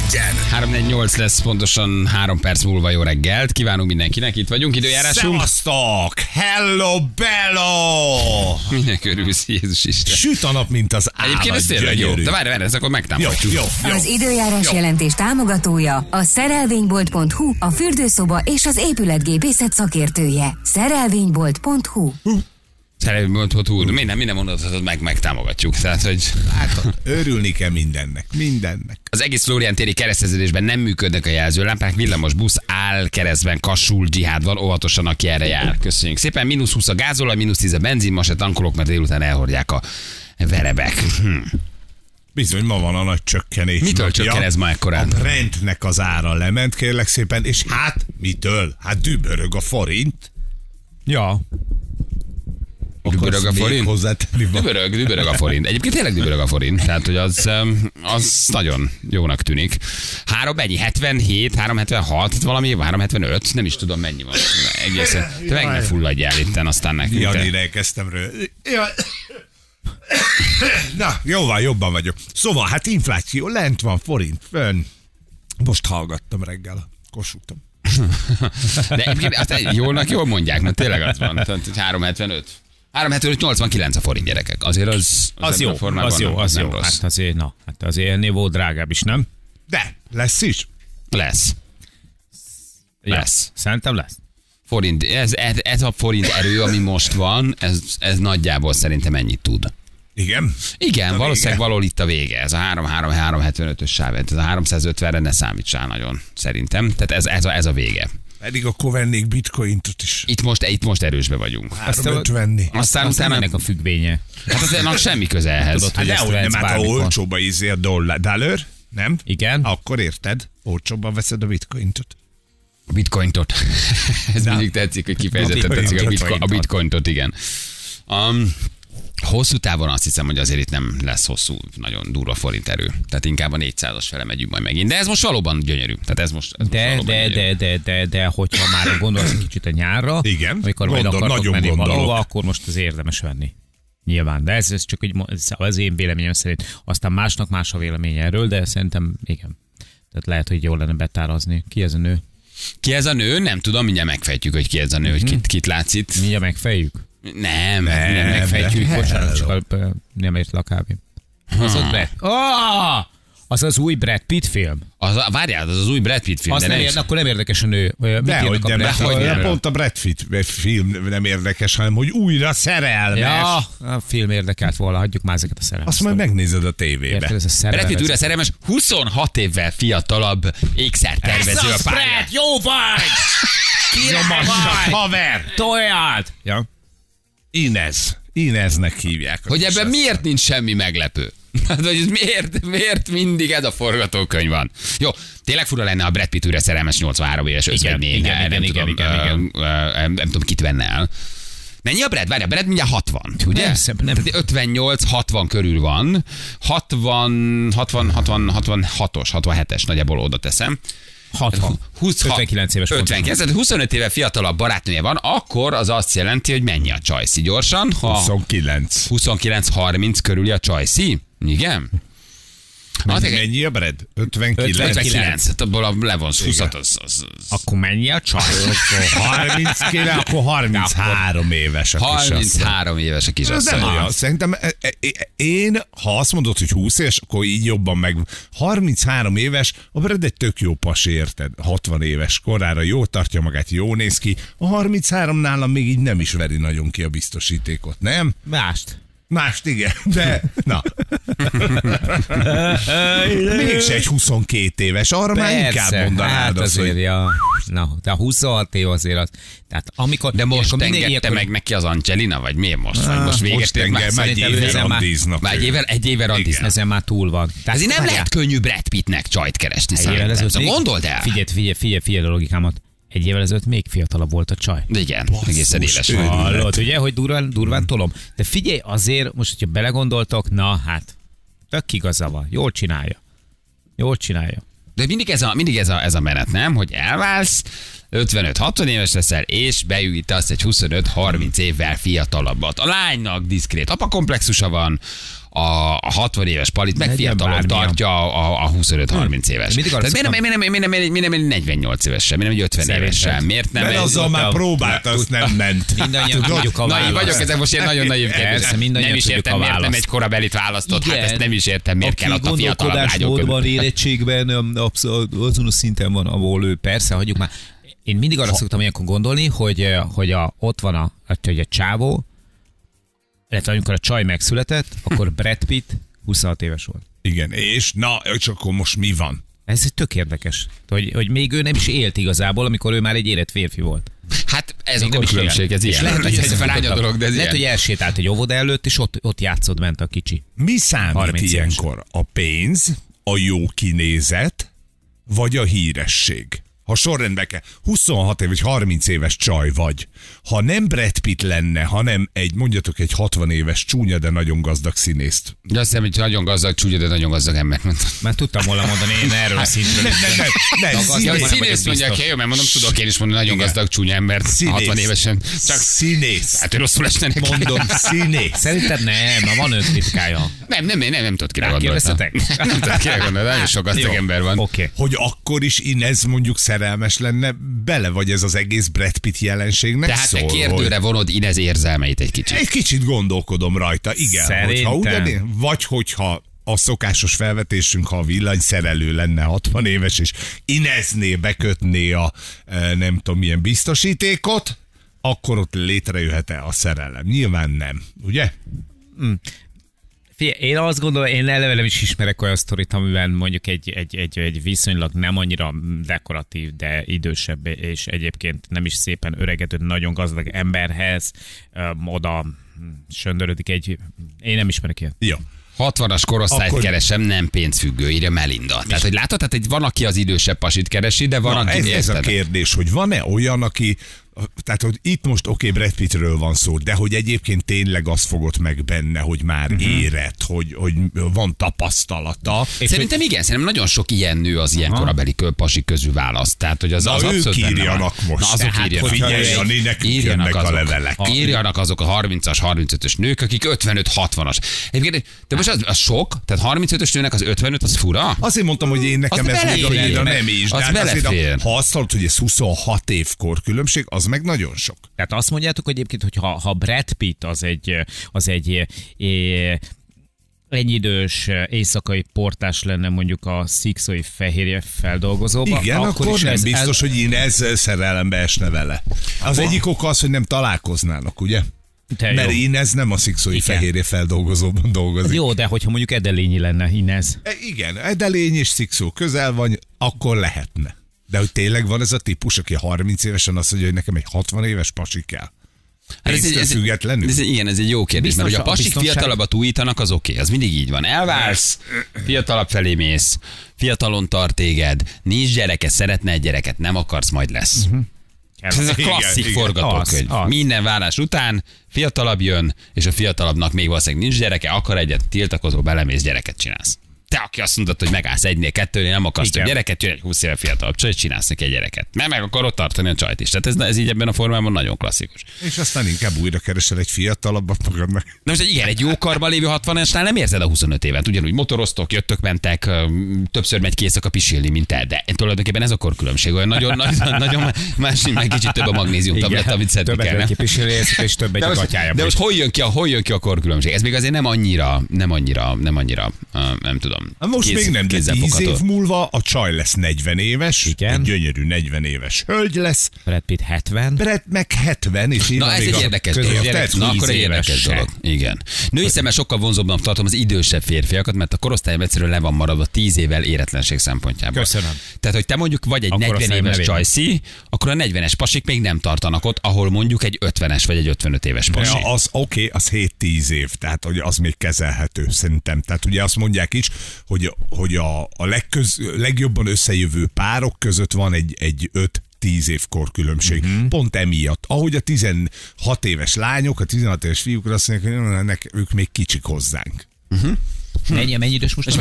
legyen. 348 lesz pontosan 3 perc múlva. Jó reggelt. Kívánunk mindenkinek. Itt vagyunk, időjárásunk. Szevasztok! Hello, bello! Minek örülsz, Jézus Isten. Süt a nap, mint az állat. Egyébként ez tényleg jó. De várj, ezt akkor megtámogatjuk. Jó. Az időjárás jelentés támogatója a Szerelvénybolt.hu, a fürdőszoba és az épületgépészet szakértője. Szerelvénybolt.hu. Szerelvénybolt.hu. Minden mondatot megtámogatjuk. Tehát, hogy... Hát, örülni kell mindennek. Az egész Flórián téri kereszteződésben nem működnek a jelzőlámpák, villamos busz áll keresztben, Kassul, dzsihád van, óvatosan, aki erre jár. Köszönjük szépen. -20 a gázolaj, -10 a benzin, ma se tankolok, mert délután elhordják a verebek. Bizony, ma van a nagy csökkenés. Mitől csökken ez ma ekkorán? A Brentnek az ára lement, kérlek szépen, és hát mitől? Hát dübörög a forint. Ja. Dübörög a forint? Dübörög a forint. Egyébként tényleg dübörög a forint. Tehát, hogy az nagyon jónak tűnik. 77, 376, valami 375, nem is tudom mennyi van. Egészen. Te meg ne fulladjál itten, aztán nekünk. Janira elkezdtem Na, jobban vagyok. Szóval, hát infláció, lent van, forint, fönn. Most hallgattam reggel a Kossuthon. De egyébként jól mondják, mert tényleg az van. Tehát 375. 375-89 a forint, gyerekek. Azért az jó. Hát azért ennél volt drágább is, nem? De, lesz is? Lesz. Ja, szerintem lesz. Forint, ez a forint erő, ami most van, ez nagyjából szerintem ennyit tud. Igen, valószínűleg valahol itt a vége. Ez a 3-3-3-75-ös sáv. Ez a 350-re ne számítsál nagyon, szerintem. Tehát ez a vége. Pedig akkor vennék bitcointot is. Itt most erősbe vagyunk. 350. Aztán utána ennek a függvénye. Hát azért semmi köze ehhez. Tudod, hogy ezt nem, hát ha olcsóba a dollár, nem? Igen. Akkor érted, olcsóbban veszed a bitcointot. A bitcointot. Ez mindig tetszik, hogy kifejezetten tetszik a bitcointot, igen. Hosszú távon azt hiszem, hogy azért itt nem lesz nagyon durva forint erő. Tehát inkább a 400-as fele megyünk majd megint. De ez most valóban gyönyörű. Tehát ez most de hogyha már gondolsz egy kicsit a nyárra, igen, amikor majd akartok menni valahova, akkor most az érdemes venni. Nyilván, de ez csak az én véleményem szerint. Aztán másnak más a vélemény erről, de szerintem igen. Tehát lehet, hogy jól lenne betárazni. Ki ez a nő? Ki ez a nő? Nem tudom, mindjárt megfejtjük, hogy ki ez a nő, hogy kit látsz itt. Mindjárt megfejjük? Nem megfejtjük. Bocsánat, csak nem értel a kávém. Az ott Brad. Az az új Brad Pitt film. Várjál, az új Brad Pitt film. Azt nem akkor nem érdekes a nő. Pont a Brad Pitt film nem érdekes, hanem hogy újra szerelmes. Ja, a film érdekelt volna, hagyjuk már ezeket a szerelmes. Azt majd megnézed a tévébe. Brad Pitt újra szerelmes, 26 évvel fiatalabb ékszertervező a pályán. Brad, jó vagy! Király haver! Tojáld! Ja. Ineznek hívják. Hogy ebben miért nincs semmi meglepő? Hát, hogy miért mindig ez a forgatókönyv van? Jó, tényleg fura lenne, a Brad Pitt újra szerelmes 83 éves özvegynényel. Igen. Nem tudom, kit venne el. Mennyi a Brad? Várj, a Brad mindjárt 60, ugye? Nem. 58-60 körül van. 66-os, 67-es nagyjából oda teszem. 59 éves. 25 éve fiatalabb barátnője van, akkor az azt jelenti, hogy mennyi a csajszi gyorsan? 29-30 körüli a csajszi? Igen? Mennyi a Brad? 59. Hát abból levonsz 20-at, Akkor mennyi a csaj? 39, akkor 33 éves a kisasszony. 33 éves a kisasszony. Nem olyan. Szerintem én, ha azt mondod, hogy 20 éves, akkor így jobban meg. 33 éves, a Brad egy tök jó pasi, érted? 60 éves korára jó tartja magát, jó néz ki. A 33 nálam még így nem is veri nagyon ki a biztosítékot, nem? Mást igen, de na. Mégse egy 22 éves, arra már inkább mondanád hát azért, hogy... ja. Na, de a 26 év azért az. Tehát amikor, de most engedte meg neki az Angelina, vagy miért most? Vagy most véget ért már? Egy éve randiznak. Egy éve randiznak. Ezen már túl van. Tehát ezért nem lehet könnyű Brad Pittnek csajt keresni. Gondold el. Figyelj a logikámat. Egy évvel ezelőtt még fiatalabb volt a csaj. De igen, egészen éles volt. Hallod, ugye, hogy durván tolom. De figyelj, azért, most, hogyha belegondoltok, na hát, tök igaza van. Jól csinálja. De mindig ez a menet, nem? Hogy elválsz, 55-60 éves leszel, és beüvítasz egy 25-30 évvel fiatalabbat. A lánynak diszkrét apakomplexusa van, a 60 éves palit meg fiatalon tartja a 25-30 éves. Tehát miért nem 48 évesen, miért nem 50 évesen? Miért nem? Mert azzal már próbált, azt nem ment. Mindannyian tudjuk a választ. Vagyok, ezek most ilyen nagyon naív kérdés. Nem is értem, miért nem egy korabelit választott. Hát ezt nem is értem, miért kell ott a fiatalabb lányok. Van érettségben, azon a szinten van, ahol ő persze, hagyjuk már. Én mindig arra szoktam ilyenkor gondolni, hogy ott van a csávó, illetve amikor a csaj megszületett, akkor Brad Pitt 26 éves volt. Igen, és akkor most mi van? Ez tök érdekes, hogy még ő nem is élt igazából, amikor ő már egy érett férfi volt. Hát ez a különbség, ez ilyen. Lehet, hogy ez a dolog, de ez lehet, hogy elsétált egy óvoda előtt, és ott játszott bent a kicsi. Mi számít ilyenkor? A pénz, a jó kinézet, vagy a híresség? Ha sorrendben kell, 26 év vagy 30 éves csaj vagy. Ha nem Brad Pitt lenne, hanem mondjatok egy 60 éves csúnya, de nagyon gazdag színészt. De azt hiszem, hogy nagyon gazdag csúnya, de nagyon gazdag ember. Már tudtam volna mondani, én erről a szintről. Nem, színész mondják, jó, mert mondom, tudok én is mondani, nagyon gazdag csúnya ember, 60 évesen. Csak színész. Hát ő rosszul esne neki. Mondom, színész. Szerintem nem, van önkritikája. Nem tudod kire gondolni. Nem tudod kire gondolni, nagyon sok gazdag ember van. Hogy akkor is Inez mondjuk szerelmes lenne bele, vagy ez az egész Brad Pitt jelenségnek tehát szól. Tehát te kérdőre vonod Inez érzelmeit egy kicsit. Egy kicsit gondolkodom rajta, igen. Szerintem. Hogyha a szokásos felvetésünk, ha a villanyszerelő lenne 60 éves, és Inezné bekötné a nem tudom milyen biztosítékot, akkor ott létrejöhet-e a szerelem? Nyilván nem, ugye? Én azt gondolom, én eleve nem is ismerek olyan sztorit, amiben mondjuk egy viszonylag nem annyira dekoratív, de idősebb, és egyébként nem is szépen öregedő, nagyon gazdag emberhez oda söndörödik én nem ismerek ilyet. Jó. 60-as korosztályt akkor keresem, nem pénzfüggő, írja Melinda. Tehát, hogy látod, tehát van, aki az idősebb pasit keresi, de van, aki... Ez a kérdés, hogy van-e olyan, aki... Tehát, hogy itt most Brad Pittről van szó, de hogy egyébként tényleg azt fogott meg benne, hogy már érett, hogy van tapasztalata. Szerintem igen, szerintem nagyon sok ilyen nő az ilyen korabeli pasik közül választ. Tehát, hogy az ők írjanak most. Na, azok írjanak. Figyelj, Jani, nekünk jönnek a levelek. Írjanak azok a 30-as, 35-ös nők, akik 55-60-as. De most az sok, tehát 35-ös nőnek az 55, az fura? Azért mondtam, hogy én nekem ez még annyira nem is. De ha azt hallod, hogy ez 26 év korkülönbség, az meg nagyon sok. Tehát azt mondjátok, hogy egyébként, hogy ha Brad Pitt az egy ennyiidős éjszakai portás lenne mondjuk a Szikszói fehérje feldolgozóba. Igen, akkor nem biztos, hogy Inez szerelembe esne vele. Az egyik oka az, hogy nem találkoznának, ugye? Mert Inez nem a Szikszói fehérje feldolgozóban dolgozik. Jó, de hogyha mondjuk Edelényi lenne Inez. Igen, Edelény és Szikszó közel van, akkor lehetne. De hogy tényleg van ez a típus, aki 30 évesen azt mondja, hogy nekem egy 60 éves pasi kell. Függetlenül? Igen, ez egy jó kérdés, mert hogy a pasik fiatalabbat újítanak, az oké, az mindig így van. Elvársz, fiatalabb felé mész, fiatalon tart téged, nincs gyereke, szeretne egy gyereket, nem akarsz, majd lesz. Ez a klasszik forgatókönyv. Minden válás után fiatalabb jön, és a fiatalabbnak még valószínűleg nincs gyereke, akar egyet, tiltakozol, belemész, gyereket csinálsz. Te, aki azt mondod, hogy megállsz egynél, kettőnél, nem akarsz több gyereket, jön egy 20 éve fiatalabb csaj, csinálsz neki egy gyereket. Mert meg akarod tartani a csajt is. Tehát ez így ebben a formában nagyon klasszikus. És aztán inkább újra keresel egy fiatalabbat magadnak. Na most igen, egy jó karban lévő 60-esnál nem érzed a 25 évet. Ugyanúgy motoroztok, jöttök, mentek, többször megy ki éjszaka pisilni, mint te. De tulajdonképpen ez a korkülönbség. Olyan nagyon más, meg kicsit több a magnézium tabletta, amit szedni kell. És több egy gatyája. De most hol jön ki a korkülönbség? Ez még azért nem annyira, nem tudom. Most még nem, de 10 év múlva a csaj lesz 40 éves, egy gyönyörű 40 éves hölgy lesz. Brad Pitt 70. Brad meg 70, és na ez egy érdekes dolog. Na akkor egy érdekes dolog. Igen. Női szemmel sokkal vonzóbbnak tartom az idősebb férfiakat, mert a korosztályom egyszerűen le van maradva 10 évvel éretlenség szempontjából. Köszönöm. Tehát, hogy te mondjuk vagy egy 40 éves csajszi, akkor a 40-es pasik még nem tartanak ott, ahol mondjuk egy 50-es vagy egy 55 éves pasi. Az oké, az 7-10 év, tehát hogy az még kezelhető szerintem. Tehát ugye azt mondják is, hogy a legjobban összejövő párok között van egy 5-10 év korkülönbség. Pont emiatt. Ahogy a 16 éves lányok, a 16 éves fiúkra azt mondják, hogy ők még kicsik hozzánk. Mennyi idős most a lány?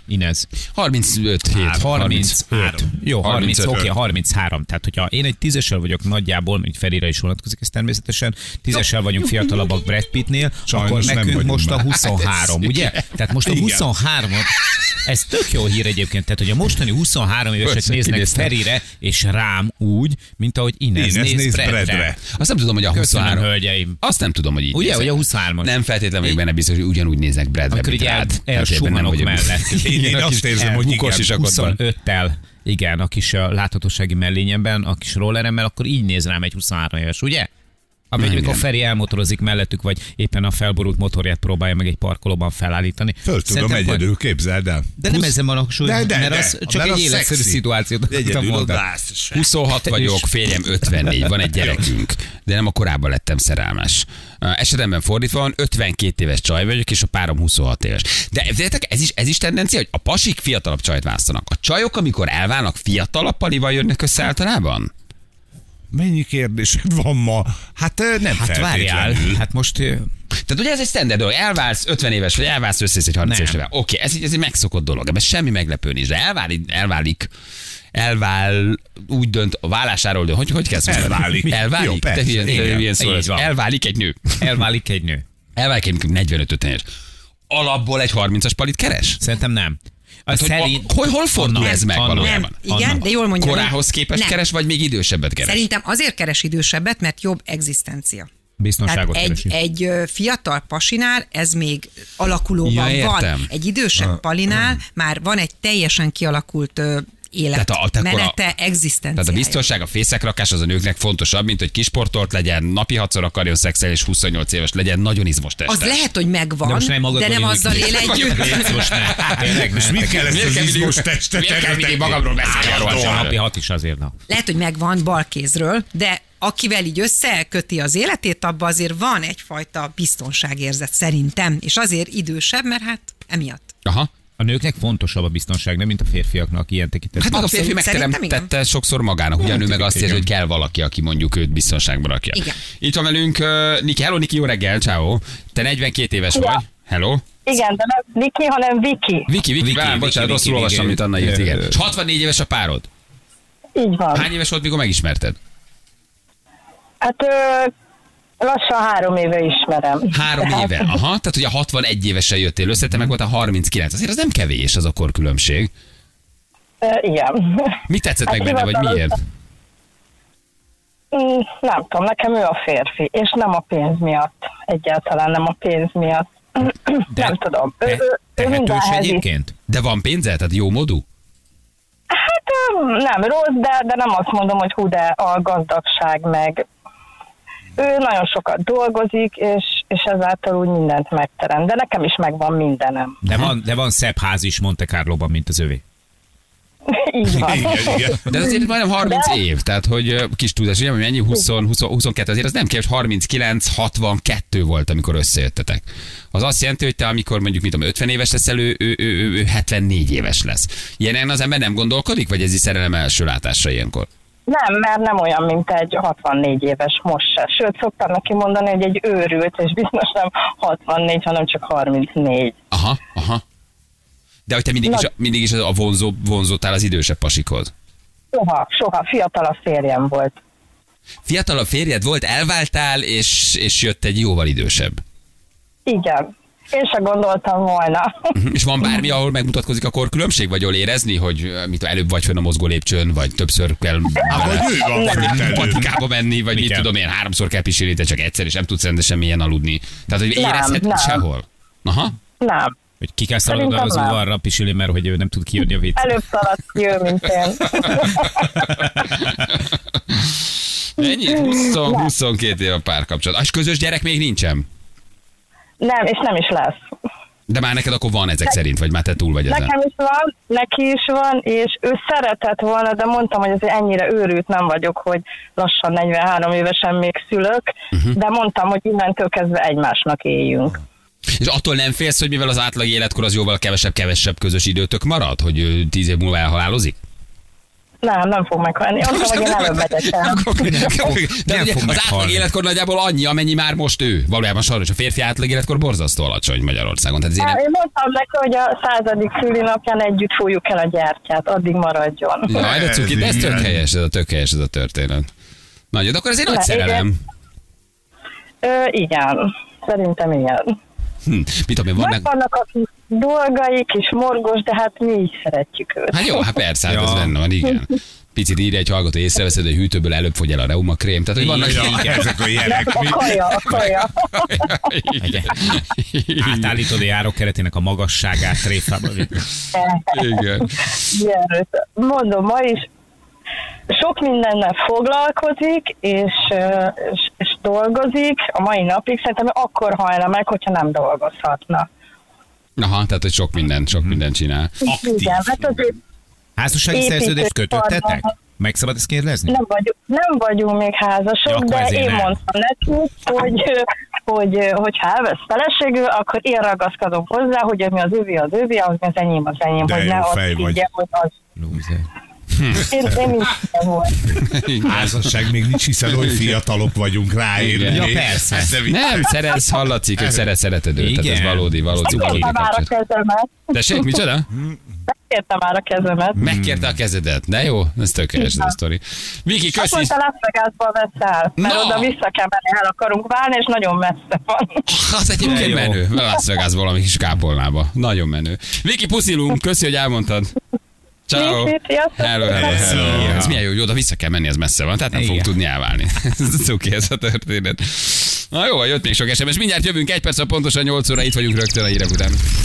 Inez? 35 hét. 35. Jó, 35. oké, 33. Tehát, hogyha én egy 10-essel vagyok nagyjából, mint Ferire is vonatkozik, ez természetesen 10-essel vagyunk fiatalabbak Brad Pittnél, Sajnos akkor nem nekünk vagyunk most a már. 23, ugye? Tehát most a 23-at, ez tök jó hír egyébként, tehát hogy a mostani 23 évesek Persze, néznek kinéztem. Ferire és rám úgy, mint ahogy Inez néz Bradre. Azt nem tudom, hogy a Köszönöm, 23. hölgyeim. Azt nem tudom, hogy így Ugye, nézek. hogy a 23-as. Nem feltétlenül vagyok benne biztos, hogy ugyanúgy néznek Bradre, Akkor mint így rád. elsuhanok mellett. Én azt érzem, hogy Bukós is igen. akadban. 25-tel, igen, a kis láthatósági mellényemben, a kis rolleremmel, akkor így néz rám egy 23 éves, ugye? Amikor igen. Feri elmotorozik mellettük, vagy éppen a felborult motorját próbálja meg egy parkolóban felállítani. Föl tudom Szerintem, egyedül, képzeld el. De nem ezen van a súly, mert az csak mert egy az életszerű szexi. szituációt akartam Egyedül mondani. odaállsz. 26 vagyok, férjem 54, van egy gyerekünk, de nem a korábban lettem szerelmes. Esetemben fordítva van, 52 éves csaj vagyok, és a párom 26 éves. De ez is tendencia, hogy a pasik fiatalabb csajt választanak. A csajok, amikor elválnak, fiatalabb palival jönnek össze általában? Mennyi kérdésed van ma? Hát nem Hát várjál, feltétlenül. hát most Tehát ugye ez egy standard dolog, elválsz 50 éves, vagy elválsz össze egy 30 éves. Oké, ez egy megszokott dolog, ebben semmi meglepő nincs, de elvál, úgy dönt a válásáról, de hogy kezd? Elválik. Elválik? Jó, persze. Te Igen, ilyen szó így ez. van. Elválik egy nő. elválik egy nő. Elválik egy 45-50 éves. Alapból egy 30-as palit keres? Szerintem nem. Hát, hol fordul ez meg valójában? Nem, igen, de jól mondja. Korához képest nem. keres, vagy még idősebbet keres? Szerintem azért keres idősebbet, mert jobb egzisztencia. Biztonságot Tehát keresi. egy fiatal pasinál ez még alakulóban Ja, van. értem. Egy idősebb palinál már van egy teljesen kialakult élet, menete, egzisztenciája. Tehát a biztonság, a fészekrakás az a nőknek fontosabb, mint hogy kisportolt legyen, napi 6-szor akarjon szexelni, és 28 éves legyen, nagyon izmos testes. Az lehet, hogy megvan, De most nem magadban de nem nyugodj. azzal él együtt. Most ne. Tényleg, És mit kell ezt az izmos testet Miért kell mindig erőltetni? magamról beszélni arról A sem? napi 6 is azért, na. Lehet, hogy megvan balkézről, de akivel így összeköti az életét, abban azért van egyfajta biztonságérzet szerintem, és azért idősebb, mert hát emiatt. Aha. A nőknek fontosabb a biztonság, nem mint a férfiaknak ilyen tekintetben. Hát meg a Abszolút, férfi szerintem megteremtette sokszor magának, ugye a nő meg azt érzi, igen. hogy kell valaki, aki mondjuk őt biztonságban rakja. Igen. Itt van velünk Niki. Hello Niki, jó reggel, ciao. Te 42 éves vagy. Hello. Igen, de nem Niki, hanem Viki. Viki, bocsánat, rosszul olvastam, amit Anna írt, igen. És 64 éves a párod. Így van. Hány éves volt, mikor megismerted? Hát lassan 3 éve ismerem. 3 Tehát- éve. Aha, tehát ugye 61 évesen jöttél össze, te meg voltál 39. Azért az nem kevés az a korkülönbség. Igen. Mi tetszett meg Hát benne, vagy hivatalos- miért? Nem tudom, nekem ő a férfi, és nem a pénz miatt. Egyáltalán nem a pénz miatt. Nem tudom. Ő Tehetős mindenhez is. egyébként? De van pénze? Tehát jó módú? Hát nem rossz, de nem azt mondom, hogy hú, de a gazdagság meg. Ő nagyon sokat dolgozik, és ezáltal úgy mindent megterem. De nekem is megvan mindenem. De van szebb ház is Monte Carloban, mint az övé. Így van. Igen. De azért majdnem 30 év, tehát hogy kis tudás, ugye, mennyi 22, azért az nem kevés, 39, 62 volt, amikor összejöttetek. Az azt jelenti, hogy te amikor mondjuk, mit tudom, 50 éves leszel, ő 74 éves lesz. Ilyenen az ember nem gondolkodik, vagy ez is szerelem első látásra ilyenkor? Nem, mert nem olyan, mint egy 64 éves most se. Sőt, szoktam neki mondani, hogy egy őrült, és biztos nem 64, hanem csak 34. Aha. De hogy te mindig is a vonzottál az idősebb pasikhoz. Soha. Fiatal férjem volt. Fiatalabb férjed volt, elváltál, és jött egy jóval idősebb. Igen. Én se gondoltam volna. És van bármi, ahol megmutatkozik a korkülönbség, vagy jól érezni, hogy előbb vagy fönn a mozgó lépcsőn, vagy többször kell Vagy ő van, vagy itt elő. patikába menni, vagy mit Igen. tudom én, 3-szor kell pisilni, te csak egyszer, és nem tudsz rendesen mélyen aludni. Tehát, hogy Nem, érezhet nem. sehol. Aha. Nem. Hogy ki kell szaladni az nem. udvarra pisilni, mert hogy ő nem tud kijönni a viccet. Előbb szaladt ki ő, mint én. Ennyi? 22 év a párkapcsolat. És közös gyerek még nincsen? Nem, és nem is lesz. De már neked akkor van ezek szerint, vagy már te túl vagy ezen? Nekem is van, neki is van, és ő szeretett volna, de mondtam, hogy azért ennyire őrült nem vagyok, hogy lassan 43 évesen még szülök, de mondtam, hogy innentől kezdve egymásnak éljünk. És attól nem félsz, hogy mivel az átlag életkor az jóval kevesebb közös időtök marad, hogy ő 10 év múlva elhalálozik? Nem fog meghalni. Azt mondom, hogy én előbb megyek el. De ugye az átlag életkor nagyjából annyi, amennyi már most ő. Valójában sajnos a férfi átlag életkor borzasztó alacsony Magyarországon. Tehát én mondtam neki, hogy a 100. szülinapján együtt fújjuk el a gyertyát, addig maradjon. Jaj, de cuki, de ez tök helyes ez a történet. Nagyon, de akkor ez egy nagy szerelem. Igen, szerintem igen. Mit tudom én, vannak a dolgaik is morgos, de hát mi is szeretjük őt. Hát jó, hát persze, hát ez benne van, igen. Picit írja egy hallgató, észreveszed, hogy hűtőből előbb fogy el a reumakrém. Tehát, hogy vannak ezek a jelek. A kaja. Átállítod a járókeretének a magasságát tréfában. Igen. Mondom, ma is sok mindennel foglalkozik, és dolgozik a mai napig. Szerintem akkor hajna meg, hogyha nem dolgozhatna. Aha, tehát hogy sok mindent csinál. Igen, hát azért házassági szerződést kötöttetek? Meg szabad ezt kérdezni? Nem vagyunk még házasok, de én mondtam neki, hogy ha elvesz feleségül, akkor én ragaszkodom hozzá, hogy ami az övé, az az enyém, de hogy jó ne azt higgye, hogy az. Én is volt. Házasság még nincs, hiszen oly fiatalok vagyunk ráérni. Ja, persze. Nem, szeretsz, hallatszik, hogy szereted őt. Tehát ez valódi kapcsolat. Tessék, micsoda? Megkérte már a kezemet. Megkérte a kezedet. De jó, ez tökéletes ez a sztori. Viki, köszi. Azt mondta, Las Vegasba vesz el, mert oda vissza kell menni, el akarunk válni, és nagyon messze van. Az egyébként menő. Las Vegas valami kis kápolnába. Nagyon menő. Viki, puszilunk, köszi, hogy elmondtad. Ciao. Hello. Ez milyen jó, hogy oda vissza kell menni, ez messze van, tehát nem fogunk tudni elválni. Ez cuki ez a történet. Na jó, jött még sok SMS. Mindjárt jövünk, 1 perc pontosan 8 óra, itt vagyunk rögtön a hírek után.